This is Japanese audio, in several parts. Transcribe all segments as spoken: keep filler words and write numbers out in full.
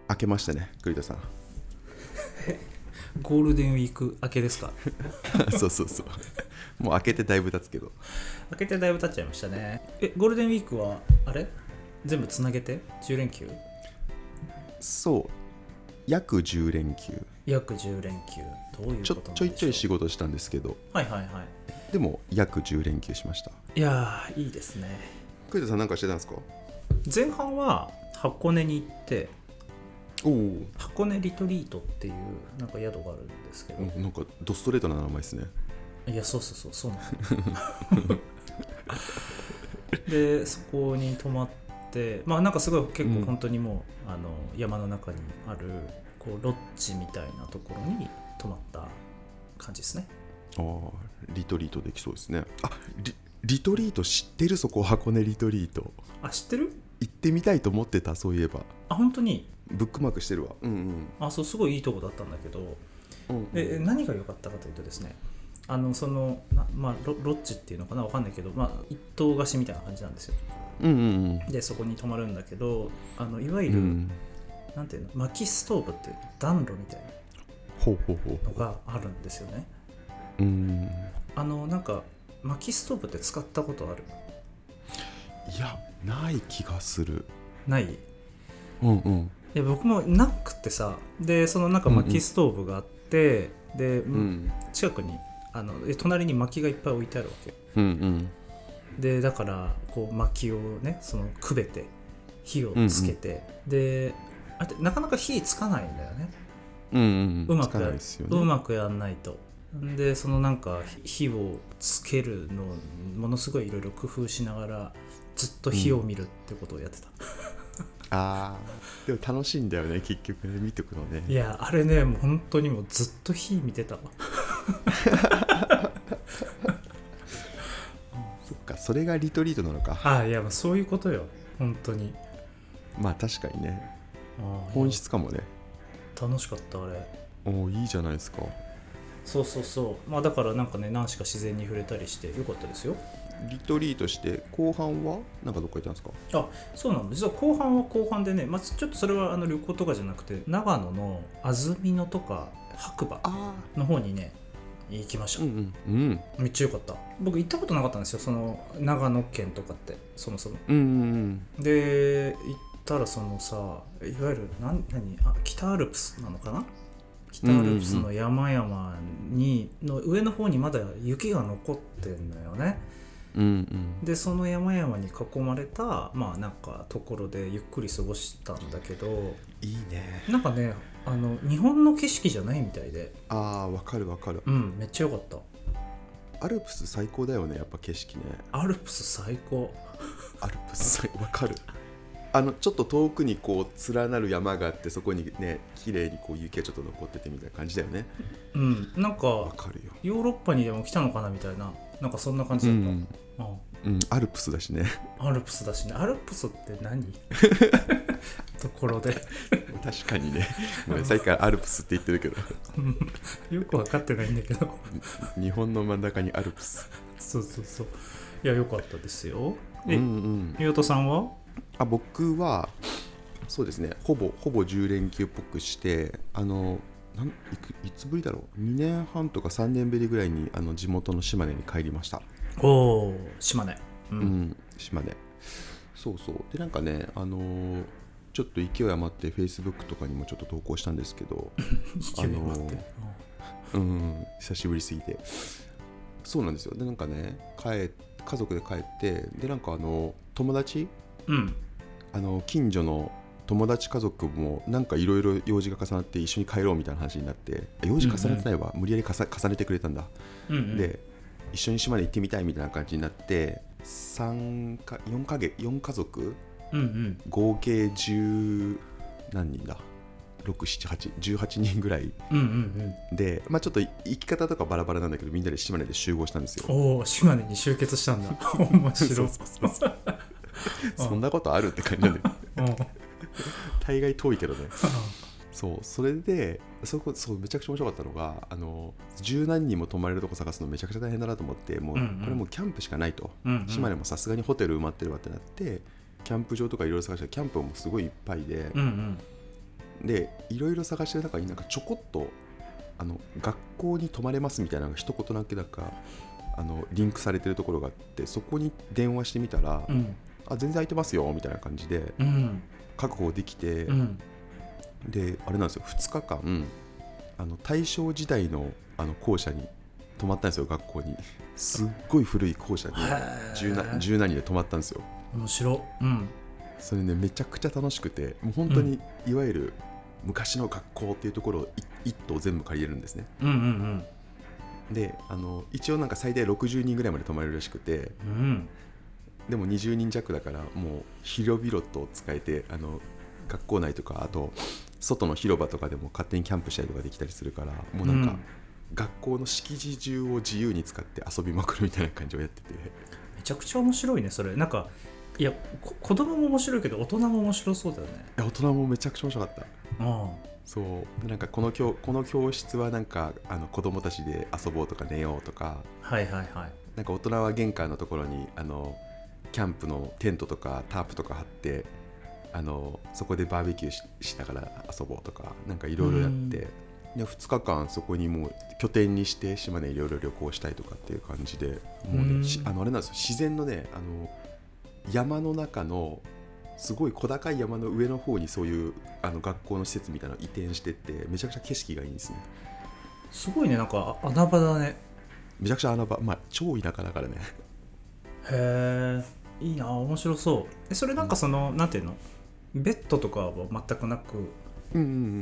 明けましたね栗田さんゴールデンウィーク明けですか？ そうそうそうもう明けてだいぶ経つけど明けてだいぶ経っちゃいましたね。えゴールデンウィークはあれ全部つなげてじゅう連休？ そう約じゅう連休約じゅう連休どういうことなんでしょう。 ちょちょいちょい仕事したんですけど、 はいはいはい。 でも約じゅう連休しました。 いやーいいですね。 栗田さんなんかしてたんですか？ 前半は箱根に行って、 おお、 箱根リトリートっていうなんか宿があるんですけど、 なんかドストレートな名前ですね。 いやそうそうそうそうなのでそこに泊まって、まあなんかすごい結構本当にもう、うん、あの山の中にあるこうロッジみたいなところに泊まった感じですね。 ああ、リトリートできそうですね。あ リ, リトリート知ってる？そこ箱根リトリート。 あ知ってる？ 行ってみたいと思ってた。そういえばあ本当にブックマークしてるわ。うんうん。 あそうすごいいいとこだったんだけど、 うんうん、 で何が良かったかというとですね、あのそのな、まあ、ロ, ロッジっていうのかなわかんないけど、まあ、一棟貸しみたいな感じなんですよ。 うんうんうん、 でそこに泊まるんだけど、あのいわゆる、うん、なんていうの薪ストーブっていう暖炉みたいなのがあるんですよね。 うん、 あのなんか薪ストーブって使ったことある？ いやない気がする。 ない？ うんうん。 いや僕もなくてさ、でそのなんか薪ストーブがあって、うんうん、で、うん、近くにあの隣に薪がいっぱい置いてあるわけ、 うんうん、でだからこう薪をねそのくべて火をつけて、うんうん、であれなかなか火つかないんだよね。 うんうんうん、 うまくや、 ね、 うまくやんないと。でそのなんか火をつけるのものすごいいろいろ工夫しながらずっと火を見るってことをやってた、うん、 あーでも楽しいんだよね結局ね見てくのね。 いやあれねもう本当にもうずっと火見てたわそっかそれがリトリートなのか。 ああいやそういうことよ本当に。 まあ確かにねあ本質かもね。 楽しかったあれ。 おいいじゃないですか。 そうそうそう、まあ、だからなんかね何しか自然に触れたりしてよかったですよ。 リトリートして後半はなんかどっか行ったんですか？ あそうなの実は後半は後半でね、まあ、ちょっとそれはあの旅行とかじゃなくて長野の安曇野とか白馬の方にね行きました。うんうんうん、めっちゃよかった。僕行ったことなかったんですよその長野県とかってそもそも、うんうんうん、で行ったらそのさいわゆる何何あ北アルプスなのかな、北アルプスの山々にの上の方にまだ雪が残ってんのよね、うんうん、でその山々に囲まれたまあなんかところでゆっくり過ごしたんだけどいいね。 なんかねあの日本の景色じゃないみたいで。 あーわかるわかる。 うんめっちゃよかった。 アルプス最高だよねやっぱ景色ね。 アルプス最高アルプス最高わかる。あのちょっと遠くにこう連なる山があってそこにね綺麗にこう雪がちょっと残っててみたいな感じだよね。 うんなんかわかるよ。ヨーロッパにでも来たのかなみたいななんかそんな感じだった、うんうん、アルプスだしね。 アルプスだしね。アルプスって何ところで確かにねさっきからアルプスって言ってるけどよく分かってないんだけど日本の真ん中にアルプスそうそうそういや良かったですよ。え、 うんうん、 岩田さんは？ あ僕はそうですねほぼほぼじゅう連休っぽくしてあのなんい, くいつぶりだろうにねんはんとかさんねんぶりぐらいにあの地元の島根に帰りました。 おー島根、 うん、うん、島根そうそうでなんかねあのー、ちょっと勢い余って Facebook とかにもちょっと投稿したんですけど勢い余って、 あのー、うん久しぶりすぎてそうなんですよ。でなんかね帰家族で帰ってでなんかあの友達、うん、あの近所の友達家族もなんかいろいろ用事が重なって一緒に帰ろうみたいな話になって用事重ねてないわ、うんうん、無理やり重ねてくれたんだ、うんうん、で一緒に島で行ってみたいみたいな感じになってさんかよんかげよん家族、うんうん、合計じゅう何人だろく、なな、はち、じゅうはちにんぐらい、うんうんうん、で、まあ、ちょっと行き方とかバラバラなんだけどみんなで島根で集合したんですよ。 おー島根に集結したんだ面白いそうそうそうそんなことあるって感じなんだよ大概遠いけどねそうそれでそこそうめちゃくちゃ面白かったのがあの十何人も泊まれるとこ探すのめちゃくちゃ大変だなと思ってもう、うんうん、これもうキャンプしかないと、うんうん、島根もさすがにホテル埋まってるわってなってキャンプ場とかいろいろ探したらキャンプもすごいいっぱいで、うんでいろいろ探してる中になんかちょこっとあの学校に泊まれますみたいなのが一言だけだかあのリンクされてるところがあって、そこに電話してみたら、うん、あ全然空いてますよみたいな感じで、うん、確保できて、うん、であれなんですよ、ふつかかんあの大正時代のあの校舎に泊まったんですよ。学校にすっごい古い校舎に十何十何人で泊まったんですよ。 面白、うん、 それねめちゃくちゃ楽しくて、もう本当にいわゆる昔の学校っていうところを一棟全部借りれるんですね、うんうんうん、であの一応なんか最大ろくじゅうにんぐらいまで泊まれるらしくて、うん、でもにじゅうにん弱だからもう広々と使えて、あの学校内とかあと外の広場とかでも勝手にキャンプしたりとかできたりするから、もうなんか、うん、学校の敷地中を自由に使って遊びまくるみたいな感じをやってて、 めちゃくちゃ面白いねそれ。なんかいや子供も面白いけど大人も面白そうだよね。 いや大人もめちゃくちゃ面白かった。あそうなんかこの教この教室はなんかあの子供たちで遊ぼうとか寝ようとか、 はいはいはい、 なんか大人は玄関のところにあのキャンプのテントとかタープとか張ってあのそこでバーベキュー し, しながら遊ぼうとか、なんかいろいろやって、でふつかかんそこにもう拠点にして島根いろいろ旅行したいとかっていう感じで、もうねあのあれなんですよ、自然のねあの山の中のすごい小高い山の上の方にそういうあの学校の施設みたいなの移転してって、めちゃくちゃ景色がいいんですね。 すごいね、なんか穴場だね。 めちゃくちゃ穴場、まあ超田舎だからね。 へえ、いいな、面白そう。それなんかその、うん、なんていうの、ベッドとかは全くなく、うんうんうん、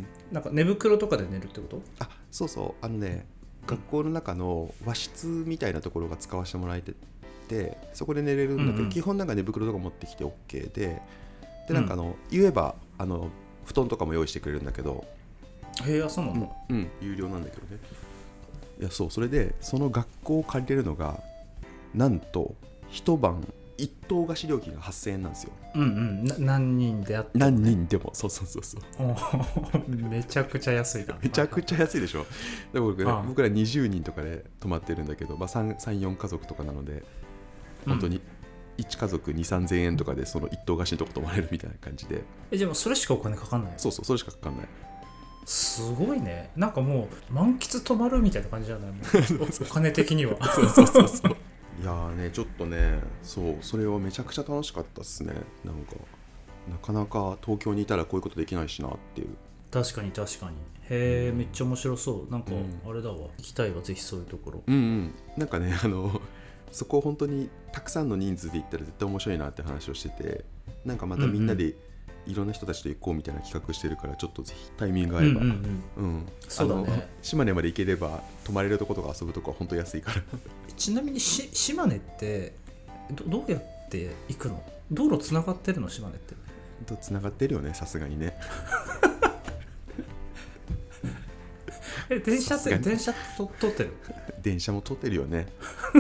なんか寝袋とかで寝るってこと？ あ、そうそう、あのね、学校の中の和室みたいなところが使わせてもらえてて、そこで寝れるんだけど、うんうん、基本なんか寝袋とか持ってきて OK で、でなんかあの、うん、言えばあの布団とかも用意してくれるんだけど、 へえ、そうなんだ、 うん、うん、有料なんだけどね。いやそう、それでその学校を借りれるのがなんと一晩一棟貸し料金がはっせんえんなんですよ。 うんうん、な何人であっても、ね、何人でも、そうそうそうそうめちゃくちゃ安いな。 めちゃくちゃ安いでしょ。で僕, ね、僕らにじゅうにんとかで泊まってるんだけど、まあ、さん、よん家族とかなので本当にいち家族に、さんぜんえんとかでその一棟貸しのとこ泊まれるみたいな感じで。 え、でもそれしかお金かかんない？ そうそう、それしかかかんない。 すごいね。なんかもう満喫泊まるみたいな感じじゃない？もうお金的にはそうそうそうそういやーね、ちょっとね、そうそれはめちゃくちゃ楽しかったっすね。なんかなかなか東京にいたらこういうことできないしなっていう。 確かに確かに。へえ、めっちゃ面白そう。なんかあれだわ、うん、行きたいわ、ぜひそういうところ。 うんうん。なんかね、あのそこ本当にたくさんの人数で行ったら絶対面白いなって話をしてて、なんかまたみんなでいろんな人たちと行こうみたいな企画してるから、ちょっとぜひタイミングが合えば、うんうんうんうん、そうだね、島根まで行ければ泊まれるとことか遊ぶとこは本当安いからちなみにし島根って ど, どうやって行くの？道路つながってるの？島根ってつながってるよね、さすがにねえ、電車って電車と通ってる？ 電車も通ってるよね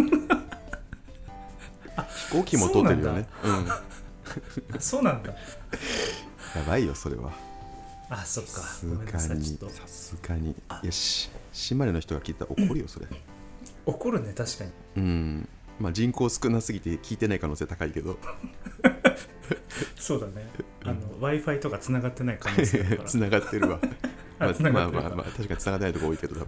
飛行機も通ってるよね。 うん、そうなんだやばいよそれは。 あ、そっか。 さすがに、さすがに。よし、島根の人が聞いたら怒るよそれ。 怒るね、確かに。 うん、まあ人口少なすぎて聞いてない可能性高いけどそうだね、あの、うん、Wi-Fi とかつながってない可能性だからつながってるわまあまあまあまあ確かにつながってないとこ多いけど多分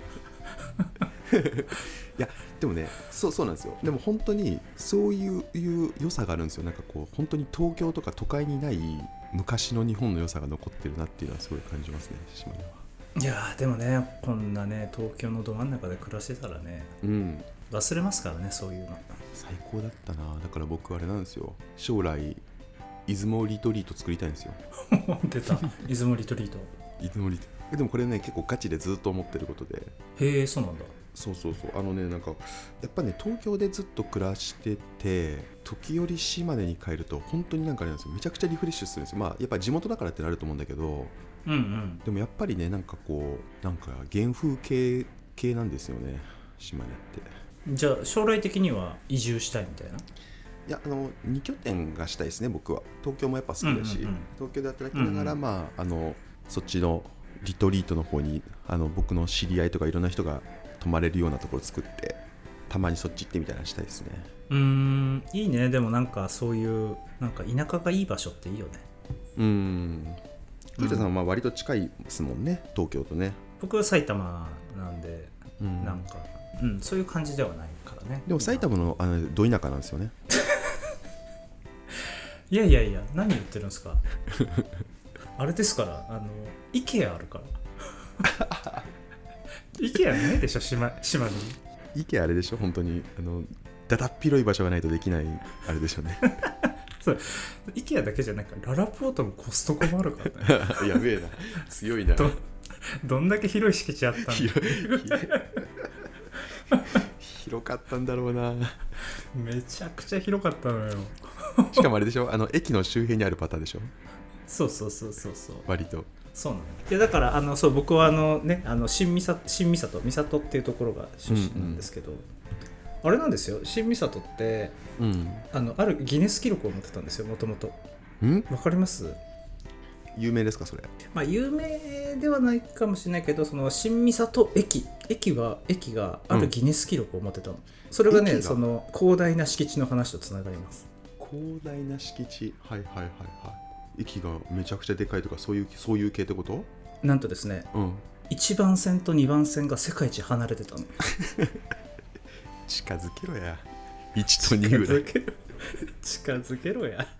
いやでもね、そうそうなんですよ。でも本当にそういういう良さがあるんですよ。なんかこう本当に東京とか都会にない昔の日本の良さが残ってるなっていうのはすごい感じますね、島根は。 いやでもね、こんなね東京のど真ん中で暮らしてたらね、うん、忘れますからね、そういうの。 最高だったな。だから僕あれなんですよ、将来出雲リトリート作りたいんですよ出た、出雲リトリート出雲リトリート。でもこれね結構ガチでずっと思ってることで。 へえ、そうなんだ。 そうそうそう、あのね、なんかやっぱね東京でずっと暮らしてて、時折島根に帰ると本当になんかあれなんですよ、めちゃくちゃリフレッシュするんですよ。まあやっぱ地元だからってなると思うんだけど、うんうん、でもやっぱりね、なんかこうなんか原風景系なんですよね、島根って。 じゃあ将来的には移住したいみたいな？ いや、あのに拠点がしたいですね、僕は。東京もやっぱ好きだし、うんうんうん、東京で働きながら、うんうん、まああのそっちのリトリートの方にあの僕の知り合いとかいろんな人が泊まれるようなところを作って、たまにそっち行ってみたいなしたいですね。 うーん、いいね。でもなんかそういうなんか田舎がいい場所っていいよね。 うーん、 藤田さんはまあ割と近いですもんね、東京とね。 僕は埼玉なんで、うん、なんか、うん、そういう感じではないからね。 でも埼玉の、あのど田舎なんですよね。 いやいやいや、何言ってるんですか。あれですから、あの IKEA あるから。IKEA ないでしょ、島, 島に。 IKEA あれでしょ、本当にあのだだっ広い場所がないとできないあれでしょうね。 そう IKEA だけじゃなくララポートもコストコもあるからね。 やべえな、強いな。 ど, どんだけ広い敷地あったの。 広, 広かったんだろうな。 めちゃくちゃ広かったのよ。 しかもあれでしょ、あの駅の周辺にあるパターンでしょ。 そうそうそうそうそう、 割とそうなの。いやだからあのそう僕はあのね、あの新三郷新三郷三郷っていうところが出身なんですけど、うんうん、あれなんですよ、新三郷って、うん、あのあるギネス記録を持ってたんですよ、もともと。わかります？ 有名ですかそれ。 まあ有名ではないかもしれないけど、その新三郷駅駅は駅があるギネス記録を持ってたの、うん、それがね、その広大な敷地の話とつながります。 広大な敷地、はいはいはいはい。駅がめちゃくちゃでかいとか、そういうそういう系ってこと？ なんとですね、うん、いちばん線とにばん線が世界一離れてたの。 近づけろや、いちとにぐらい。 近づけろや。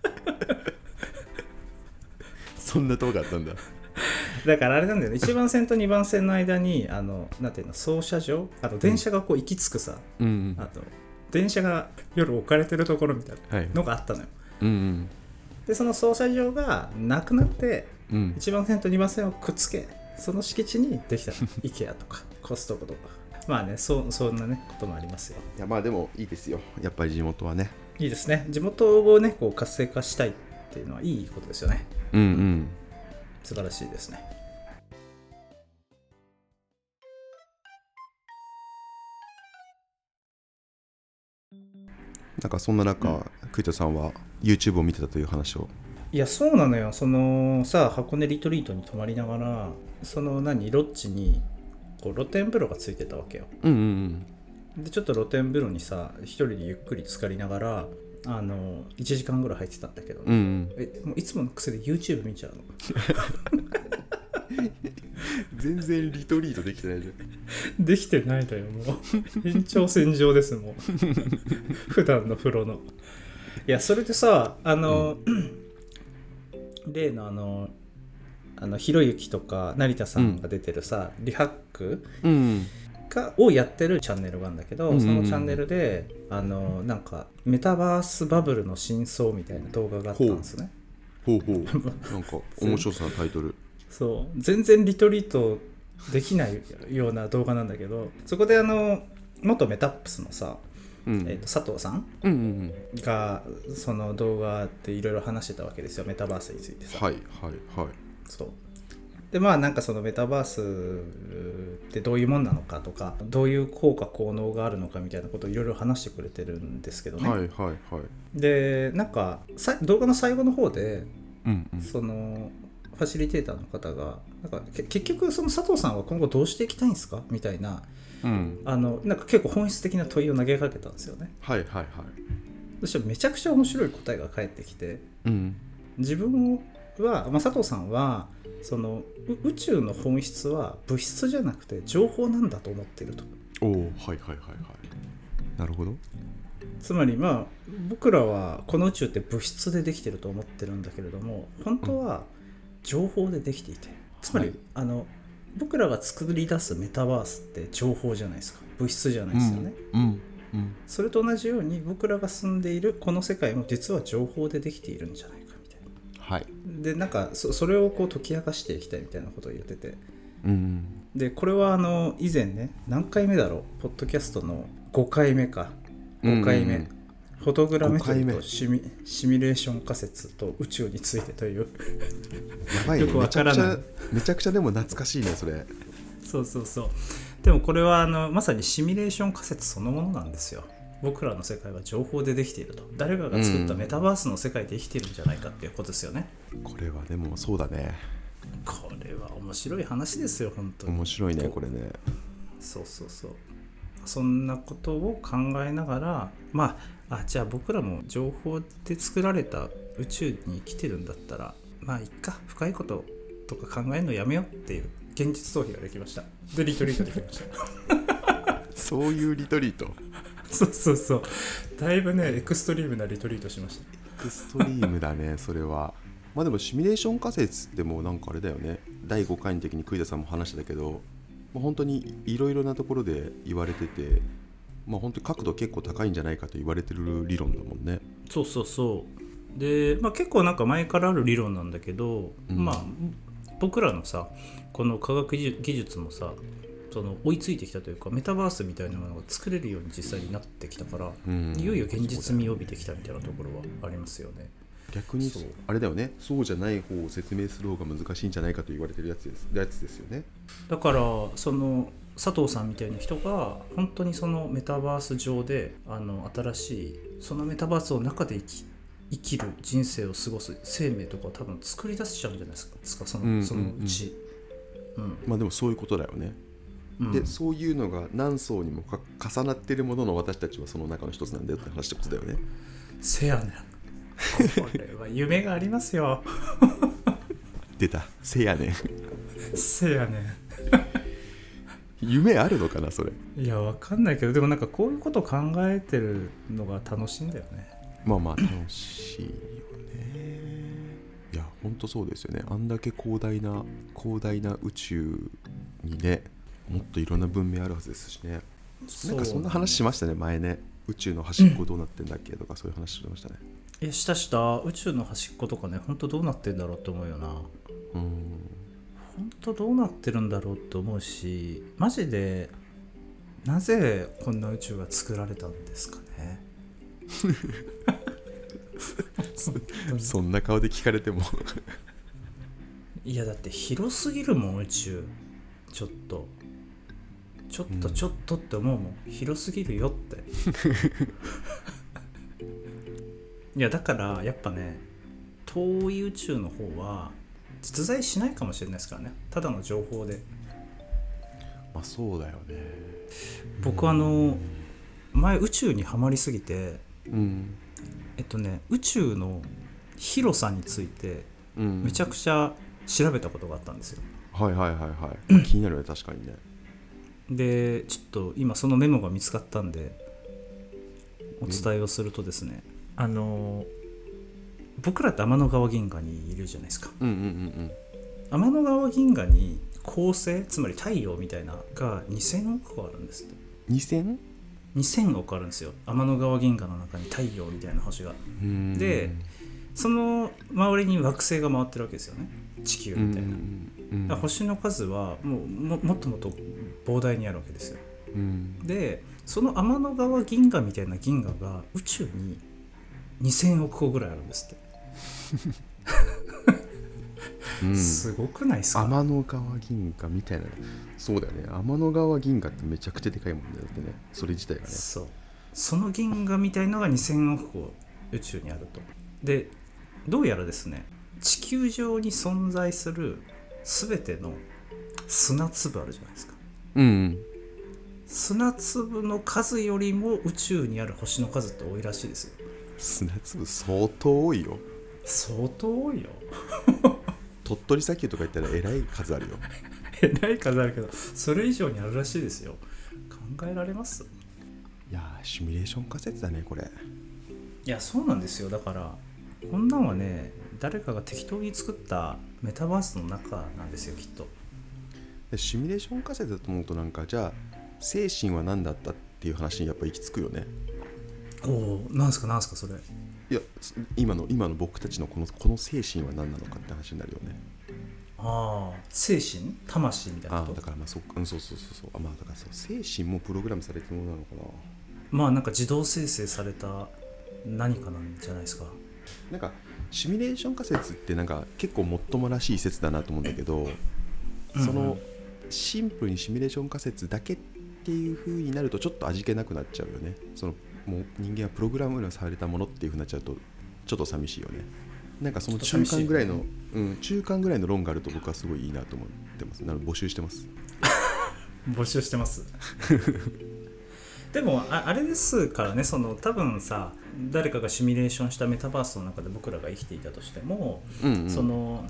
そんなとこがあったんだ。 だからあれなんだよね、いちばん線とにばん線の間にあのなんていうの、操車場、あと電車がこう行き着くさ、うん、あと電車が夜置かれてるところみたいなのがあったのよ、はい、うんうん、でその操車場がなくなって、うん、いちばん線とにばん線をくっつけ、その敷地にできたIKEA とかコストコとか。まあね、そ, そんなねこともありますよ。 いやまあでもいいですよ、やっぱり地元はね。 いいですね、地元をねこう活性化したいっていうのはいいことですよね。うんうん、素晴らしいですね。 なんかそんな中、うん、栗田さんは YouTube を見てたという話を。 いやそうなのよ、そのさ、箱根リトリートに泊まりながら、その何ロッジにこう露天風呂がついてたわけよ、うんうんうん、でちょっと露天風呂にさ一人でゆっくり浸かりながら、あのいちじかんぐらい入ってたんだけど、ね、うんうん、えもういつもの癖で YouTube 見ちゃうの。 全然リトリートできてないじゃん。できてないのよ、もう延長線上ですもん。普段の風呂の。いやそれでさ、あの、うん、例のあのあのひろゆきとか成田さんが出てるさ、うん、リハック、うん、がをやってるチャンネルがあるんだけど、うんうんうん、そのチャンネルであのなんかメタバースバブルの真相みたいな動画があったんですね。 ほうほうほう。なんか面白そうなタイトル。 そう全然リトリートできないような動画なんだけど、そこであの元メタップスのさ、うんえー、と佐藤さん、うんうんうん、がその動画でいろいろ話してたわけですよ、メタバースについてさ。 はいはいはい。 そうでまあなんかそのメタバースってどういうもんなのかとか、どういう効果効能があるのかみたいなことをいろいろ話してくれてるんですけどね。 はいはいはい。 でなんかさ動画の最後の方で、うんうん、そのファシリテーターの方がなんか結局その佐藤さんは今後どうしていきたいんですかみたいな、うん、あのなんか結構本質的な問いを投げかけたんですよね。 はいはいはい。 そしたらめちゃくちゃ面白い答えが返ってきて、うん、自分は、まあ、佐藤さんはその宇宙の本質は物質じゃなくて情報なんだと思っていると。 おお、はいはいはいはい。なるほど。 つまりまあ僕らはこの宇宙って物質でできてると思ってるんだけれども、本当は情報でできていて、うん、つまり、はい、あの僕らが作り出すメタバースって情報じゃないですか、物質じゃないですよね、うんうんうん、それと同じように僕らが住んでいるこの世界も実は情報でできているんじゃないかみたいな、はい、でなんか そ, それをこう解き明かしていきたいみたいなことを言ってて、うん、でこれはあの以前ね、何回目だろう、ポッドキャストのごかいめかごかいめ、うんうん、フォトグラメトリとシ ミ, シミュレーション仮説と宇宙についてというやばい、ね、よくわからない、めちゃくちゃでも懐かしいねそれ。 そうそうそう。でもこれはあのまさにシミュレーション仮説そのものなんですよ。僕らの世界は情報でできていると、誰かが作ったメタバースの世界で生きているんじゃないかっていうことですよね、 うん、これはでもそうだね。 これは面白い話ですよ本当に。 面白いねこれね。 そうそうそう。そんなことを考えながら、まあ、あじゃあ僕らも情報で作られた宇宙に生きてるんだったら、まあいっか、深いこととか考えるのやめようっていう現実逃避ができました。でリトリートできましたそういうリトリートそうそうそう、だいぶねエクストリームなリトリートしました。 エクストリームだねそれは。まあでもシミュレーション仮説ってもうなんかあれだよね、だいごかいの時に栗田さんも話してたけど、まあ、本当にいろいろなところで言われてて、まあ本当に角度結構高いんじゃないかと言われてる理論だもんね。 そうそうそうで、まあ、結構なんか前からある理論なんだけど、うん、まあ僕らのさこの科学技術もさその追いついてきたというか、メタバースみたいなものが作れるように実際になってきたから、うん、いよいよ現実味を帯びてきたみたいなところはありますよね。 逆にあれだよね、そうじゃない方を説明する方が難しいんじゃないかと言われてるやつです、やつですよね。 だからその佐藤さんみたいな人が本当にそのメタバース上であの新しいそのメタバースの中で生き生きる人生を過ごす生命とかを多分作り出しちゃうんじゃないですか、その、うんうんうん、そのうち、うん、 まあでもそういうことだよね、うん、でそういうのが何層にもか重なっているものの私たちはその中の一つなんだよって話ってことだよね。 せやねんこれは夢がありますよ出たせやねんせやねん夢あるのかなそれ。 いやわかんないけど、でもなんかこういうことを考えてるのが楽しいんだよね。 まあまあ楽しいよね。いやほんとそうですよね。あんだけ広大な広大な宇宙にね、もっといろんな文明あるはずですしね。なんかそんな話しましたね前ね。宇宙の端っこどうなってんだっけとかそういう話してましたね。 いやしたした宇宙の端っことかね、本当どうなってんだろうって思うよな。うん、本当どうなってるんだろうって思うし、マジでなぜこんな宇宙が作られたんですかねそ, そんな顔で聞かれてもいやだって広すぎるもん宇宙。ちょっとちょっとちょっとって思うもん、うん、広すぎるよっていやだからやっぱね、遠い宇宙の方は実在しないかもしれないですからね、ただの情報で。 まあそうだよね。 僕あの前宇宙にはまりすぎて、うん、えっとね宇宙の広さについてめちゃくちゃ調べたことがあったんですよ、 うん、はいはいはいはい気になるね確かにね。 でちょっと今そのメモが見つかったんでお伝えをするとですね、うん、あの僕らって天の川銀河にいるじゃないですか、うんうんうんうん、天の川銀河に恒星つまり太陽みたいながにせんおく個あるんですって。 にせん?にせんおくあるんですよ、天の川銀河の中に太陽みたいな星が。でその周りに惑星が回ってるわけですよね、地球みたいな。だから星の数はもう も, もっともっと膨大にあるわけですよ。でその天の川銀河みたいな銀河が宇宙ににせんおく個ぐらいあるんですってうん、すごくないですか。 天の川銀河みたいな。そうだよね、天の川銀河ってめちゃくちゃでかいもんね。だってねそれ自体がね。 そう、その銀河みたいのがにせんおく個宇宙にあると。でどうやらですね、地球上に存在する全ての砂粒あるじゃないですか、うん、砂粒の数よりも宇宙にある星の数って多いらしいですよ。 砂粒相当多いよ。 相当多いよ鳥取砂丘とか言ったらえらい数あるよえらい数あるけどそれ以上にあるらしいですよ。考えられます？ いやシミュレーション仮説だねこれ。 いやそうなんですよ。だからこんなんはね誰かが適当に作ったメタバースの中なんですよきっと。 シミュレーション仮説だと思うとなんかじゃあ精神は何だったっていう話にやっぱ行き着くよね。 おお、なんすかなんすかそれ。 いや今の今の僕たちのこのこの精神は何なのかって話になるよね。 ああ、精神魂みたいなこと。 あだからまあそそうそうそうそうあまあだからそう精神もプログラムされてるものなのかな。 まあなんか自動生成された何かなんじゃないですか。 なんかシミュレーション仮説ってなんか結構もっともらしい説だなと思うんだけど、うん、そのシンプルにシミュレーション仮説だけっていう風になるとちょっと味気なくなっちゃうよね。そのもう人間はプログラムされたものっていう風になっちゃうとちょっと寂しいよね。なんかその中間ぐらいの、ねうん、中間ぐらいの論があると僕はすごいいいなと思ってます。なので募集してます募集してますでも あ, あれですからね、その多分さ誰かがシミュレーションしたメタバースの中で僕らが生きていたとしても、うんうん、その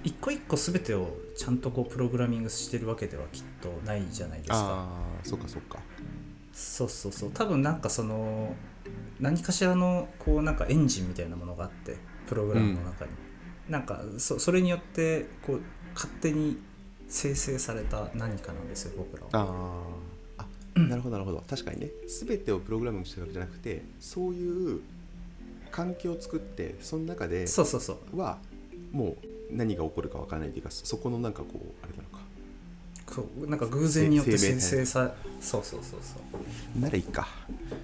一個一個全てをちゃんとこうプログラミングしてるわけではきっとないじゃないですか。 ああ、そっかそっか。 そうそうそう、多分なんかその何かしらのこうなんかエンジンみたいなものがあって、プログラムの中に、うん、なんか そ, それによってこう勝手に生成された何かなんですよ、僕らは。 ああ、なるほどなるほど。確かにね、全てをプログラミングしてるわけじゃなくて、そういう環境を作って、その中でそうそうそうはもう何が起こるか分からないというか、そこのなんかこうあれなのか、 こうなんか偶然によって生成さ、そうそうそうそうならいいか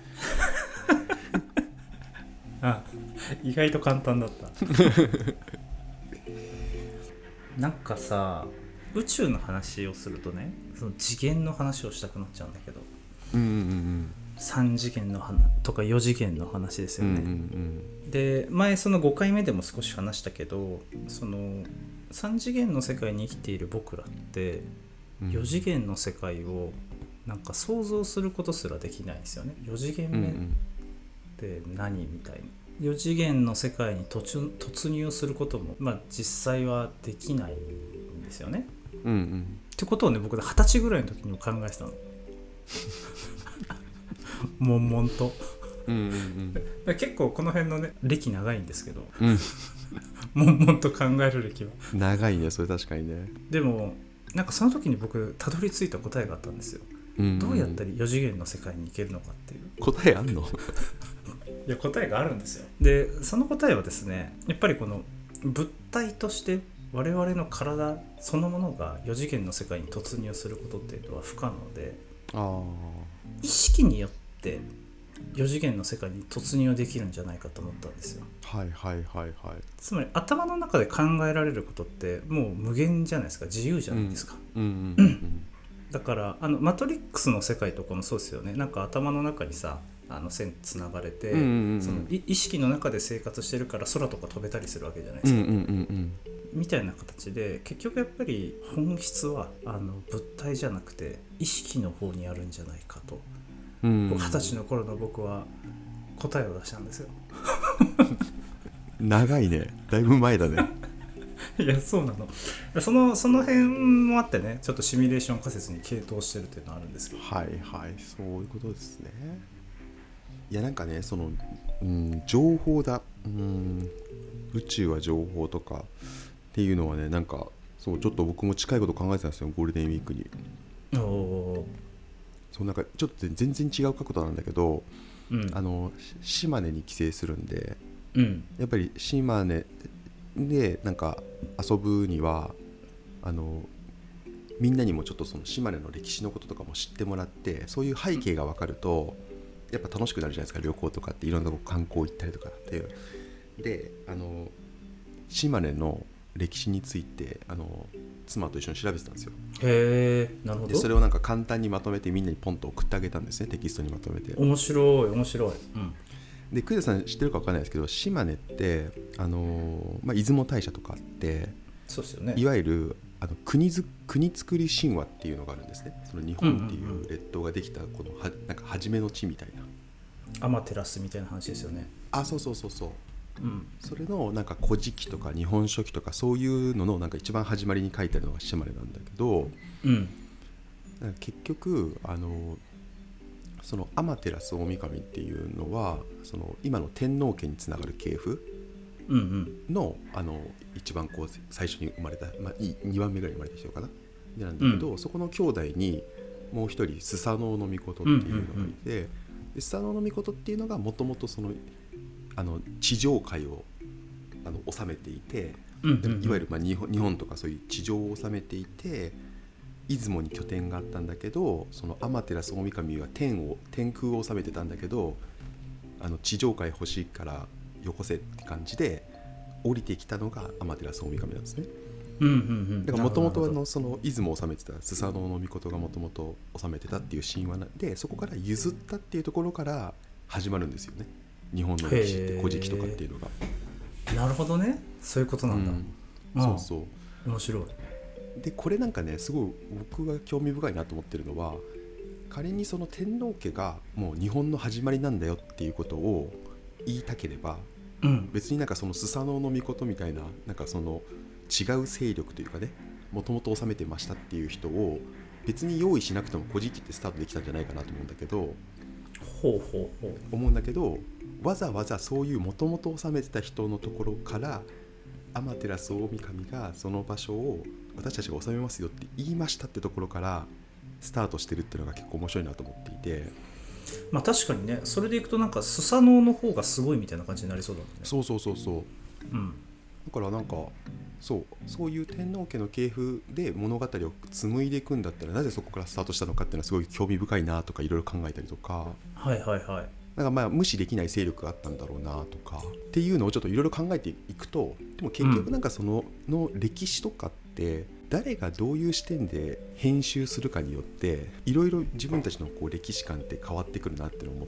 あ、意外と簡単だったなんかさ、宇宙の話をするとね、その次元の話をしたくなっちゃうんだけど、 うんうんうん、 さん次元の話とかよ次元の話ですよね、うんうんうん、で前そのごかいめでも少し話したけど、そのさん次元の世界に生きている僕らってよ次元の世界をなんか想像することすらできないんですよね。よ次元目って何みたいな、よ次元の世界に突突入することも、まあ、実際はできないんですよね、 うんうん、 ってことをね、僕ではたちぐらいの時にも考えてたの悶々と、うんうんうん、だ結構この辺のね歴長いんですけど、うん、悶々と考える歴は長いね、それ確かにね。 でもなんかその時に僕たどり着いた答えがあったんですよ、うんうん、どうやったらよ次元の世界に行けるのかっていう答えあんのいや答えがあるんですよ。でその答えはですね、やっぱりこの物体として我々の体そのものがよ次元の世界に突入することっていうのは不可能で、あ意識によってよ次元の世界に突入できるんじゃないかと思ったんですよ。 はいはいはいはい。 つまり頭の中で考えられることってもう無限じゃないですか、自由じゃないですか、うんうんうんうん、だからあのマトリックスの世界とかもそうですよね。なんか頭の中にさあの線つながれて、うんうんうん、その意識の中で生活してるから空とか飛べたりするわけじゃないですか、うんうんうんうん、みたいな形で結局やっぱり本質はあの物体じゃなくて意識の方にあるんじゃないかと、二十歳の頃の僕は答えを出したんですよ長いね、だいぶ前だねいやそうなの、そのその辺もあってね、ちょっとシミュレーション仮説に傾倒してるっていうのはあるんですけど、 はいはい、そういうことですね。いやなんかね、その、うん、情報だ、うん、宇宙は情報とかっていうのはね、なんかそうちょっと僕も近いこと考えてたんですよ、ゴールデンウィークに。おそうなんかちょっと全然違う角度なんだけど、うん、あの島根に帰省するんで、うん、やっぱり島根でなんか遊ぶにはあのみんなにもちょっとその島根の歴史のこととかも知ってもらって、そういう背景が分かるとやっぱ楽しくなるじゃないですか、旅行とかっていろんなとこ観光行ったりとかっていう。であの島根の歴史についてあの妻と一緒に調べてたんですよ。 へー、なるほど。 でそれをなんか簡単にまとめてみんなにポンと送ってあげたんですね、テキストにまとめて。 面白い面白い、うん、で栗田さん知ってるか分かんないですけど、島根ってあの、まあ、出雲大社とかあって、 そうですよね、 いわゆるあの 国, づ国作り神話っていうのがあるんですね。その日本っていう列島ができたこのはなんか初めの地みたいな、 アマテラスみたいな話ですよね。 あ、そうそうそうそう、うん、それのなんか古事記とか日本書紀とかそういうののなんか一番始まりに書いてあるのが島根なんだけど、うん、なんか結局あのそのアマテラス大神っていうのはその今の天皇家につながる系譜の、うんうん、あの一番こう最初に生まれた、まあ、にばんめぐらいに生まれた人かななんだけど、うん、そこの兄弟にもう一人スサノオノミコトっていうのがいて、うんうんうん、でスサノオノミコトっていうのがもともとそのあの地上界をあの治めていて、うんうんうん、いわゆるまあ日本、日本とかそういう地上を治めていて、出雲に拠点があったんだけど、そのアマテラス大神は天を天空を治めてたんだけど、あの地上界欲しいからよこせって感じで降りてきたのがアマテラス大神なんですね。うんうんうん、だからもともとその出雲を治めてたスサノオノミコトがもともと治めてたっていう神話で、そこから譲ったっていうところから始まるんですよね、日本の歴史って古事記とかっていうのが。 なるほどね、そういうことなんだ、 うん、そうそう、 面白い。 でこれなんかね、すごい僕が興味深いなと思ってるのは、仮にその天皇家がもう日本の始まりなんだよっていうことを言いたければ、うん、別になんかそのスサノオノミコトみたいななんかその違う勢力というかね、もともと治めてましたっていう人を別に用意しなくてもこじってスタートできたんじゃないかなと思うんだけどほうほうほう思うんだけどわざわざそういうもともと治めてた人のところから天照大神がその場所を私たちが治めますよって言いましたってところからスタートしてるっていうのが結構面白いなと思っていて、 まあ確かにね、それでいくとなんかスサノオの方がすごいみたいな感じになりそうだもんね。 そうそうそうそう、 うん、 だからなんかそうそういう天皇家の系譜で物語を紡いでいくんだったらなぜそこからスタートしたのかっていうのはすごい興味深いなとかいろいろ考えたりとか、 はいはいはい、 なんかまあ無視できない勢力があったんだろうなとかっていうのをちょっといろいろ考えていくと、でも結局なんかその、うん、の歴史とかって誰がどういう視点で編集するかによっていろいろ自分たちのこう歴史観って変わってくるなって思って、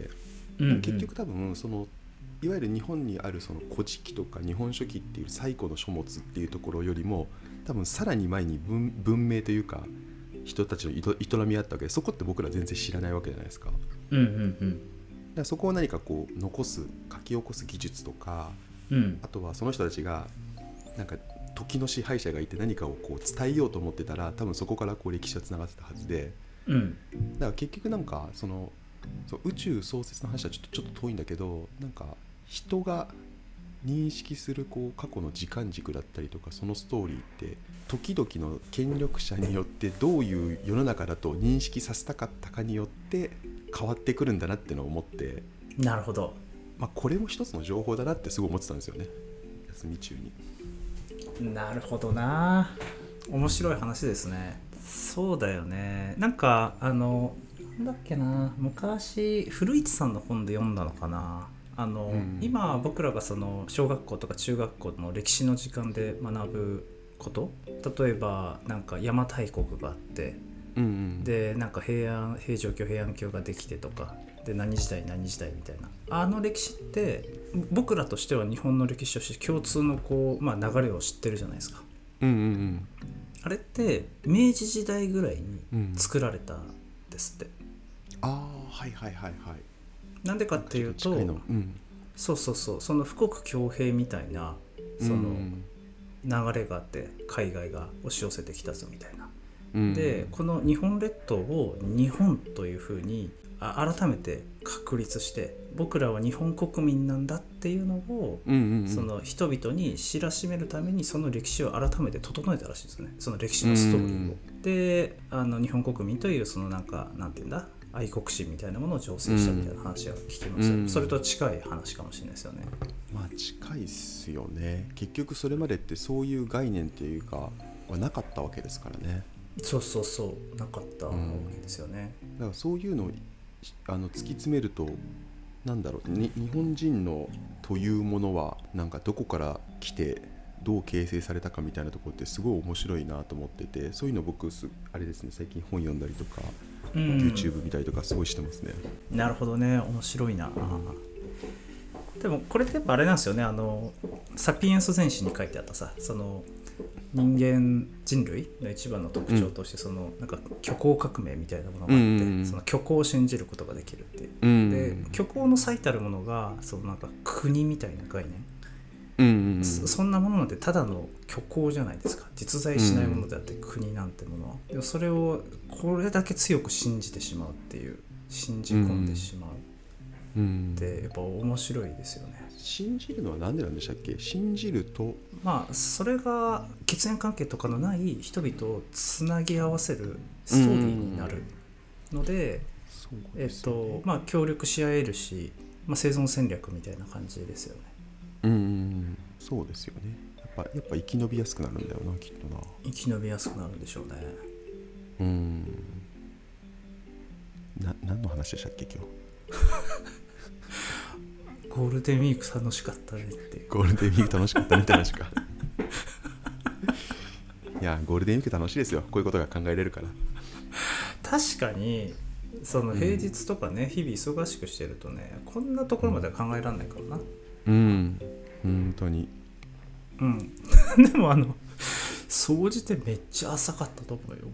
うんうん、結局多分そのいわゆる日本にあるその古事記とか日本書紀っていう最古の書物っていうところよりも多分さらに前に 文, 文明というか人たちの営みあったわけで、そこって僕ら全然知らないわけじゃないですか。 うんうんうん、 だからそこを何かこう残す書き起こす技術とか、 うん、 あとはその人たちがなんか時の支配者がいて何かをこう伝えようと思ってたら多分そこからこう歴史がつながってたはずで、 うん、 だから結局なんかそのそう宇宙創設の話はちょっとちょっと遠いんだけど、なんか人が認識するこう過去の時間軸だったりとかそのストーリーって時々の権力者によってどういう世の中だと認識させたかったかによって変わってくるんだなってのを思って、 なるほど、 まあ、これも一つの情報だなってすごい思ってたんですよね、休み中に。 なるほどな、面白い話ですね。そうだよね、なんかあのなんだっけな、昔古市さんの本で読んだのかな、あの、うん、今僕らがその小学校とか中学校の歴史の時間で学ぶこと、例えばなんか邪馬台国があって、うんうん、でなんか平安平城京平安京ができてとかで何時代何時代みたいな、あの歴史って僕らとしては日本の歴史として共通のこう、まあ、流れを知ってるじゃないですか、 うんうんうん、 あれって明治時代ぐらいに作られたんですって、 うん、ああはいはいはいはい、 なんでかっていうと、うん、そうそうそう、その富国強兵みたいなその流れがあって海外が押し寄せてきたぞみたいな、うん、でこの日本列島を日本というふうに改めて確立して僕らは日本国民なんだっていうのを、うんうんうん、その人々に知らしめるためにその歴史を改めて整えたらしいですね、その歴史のストーリーを、うんうん、であの日本国民というそのなんかなんていうんだ愛国心みたいなものを醸成したみたいな話は聞きました、うん、それと近い話かもしれないですよね。 まあ近いっすよね。結局それまでってそういう概念っていうかはなかったわけですからね。 そうそうそうなかったわけですよね、 うん、だからそういうのをあの突き詰めるとなんだろう、に日本人のというものはなんかどこから来てどう形成されたかみたいなところってすごい面白いなと思ってて、そういうの僕あれですね、最近本読んだりとか、うん、YouTube 見たりとかすごいしてますね。 なるほどね、面白いな、うん、でもこれってやっぱあれなんですよね、あのサピエンス全史に書いてあったさ、その人間人類の一番の特徴として、そのなんか虚構革命みたいなものがあって、うんうんうん、その虚構を信じることができるっていう、うんうん、で虚構の最たるものがそのなんか国みたいな概念、うんうんうん、そ, そんなものなんてただの虚構じゃないですか、実在しないものであって国なんてものは、でもそれをこれだけ強く信じてしまうっていう、信じ込んでしまうってやっぱ面白いですよね。 信じるのは何でなんでしたっけ？信じると、 まあそれが血縁関係とかのない人々をつなぎ合わせるストーリーになるので、えっとまあ協力し合えるし、まあ、生存戦略みたいな感じですよね。 うん、そうですよね。やっぱやっぱ生き延びやすくなるんだよな、きっとな。 生き延びやすくなるんでしょうね。 うん。な何の話でしたっけ今日？ ゴールデンウィーク楽しかったねっていう。 ゴールデンウィーク楽しかったねって話か。いやゴールデンウィーク楽しいですよ、こういうことが考えられるから。 確かにその平日とかね、うん、日々忙しくしてるとね、こんなところまでは考えられないからな。 うん、本当に。 うん。でもあの総じてめっちゃ浅かったと思うよ。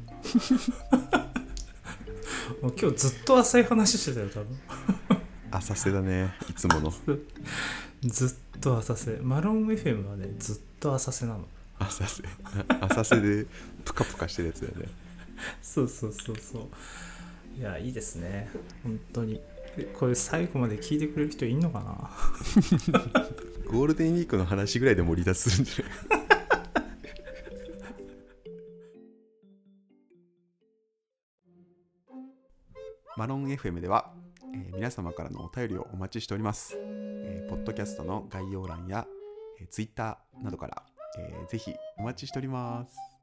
もう今日ずっと浅い話してたよ多分。 浅瀬だね、いつもの。 ずっと浅瀬。マロン エフエム はねずっと浅瀬なの。 あ、 浅瀬浅瀬でプカプカしてるやつだよね。 そうそうそうそう。いやいいですね本当に。これ最後まで聞いてくれる人いんのかなゴールデンウィークの話ぐらいでも離脱するんじゃないマロン エフエム では、えー、皆様からのお便りをお待ちしております。えー、ポッドキャストの概要欄や、えー、Twitter などから、えー、ぜひお待ちしております。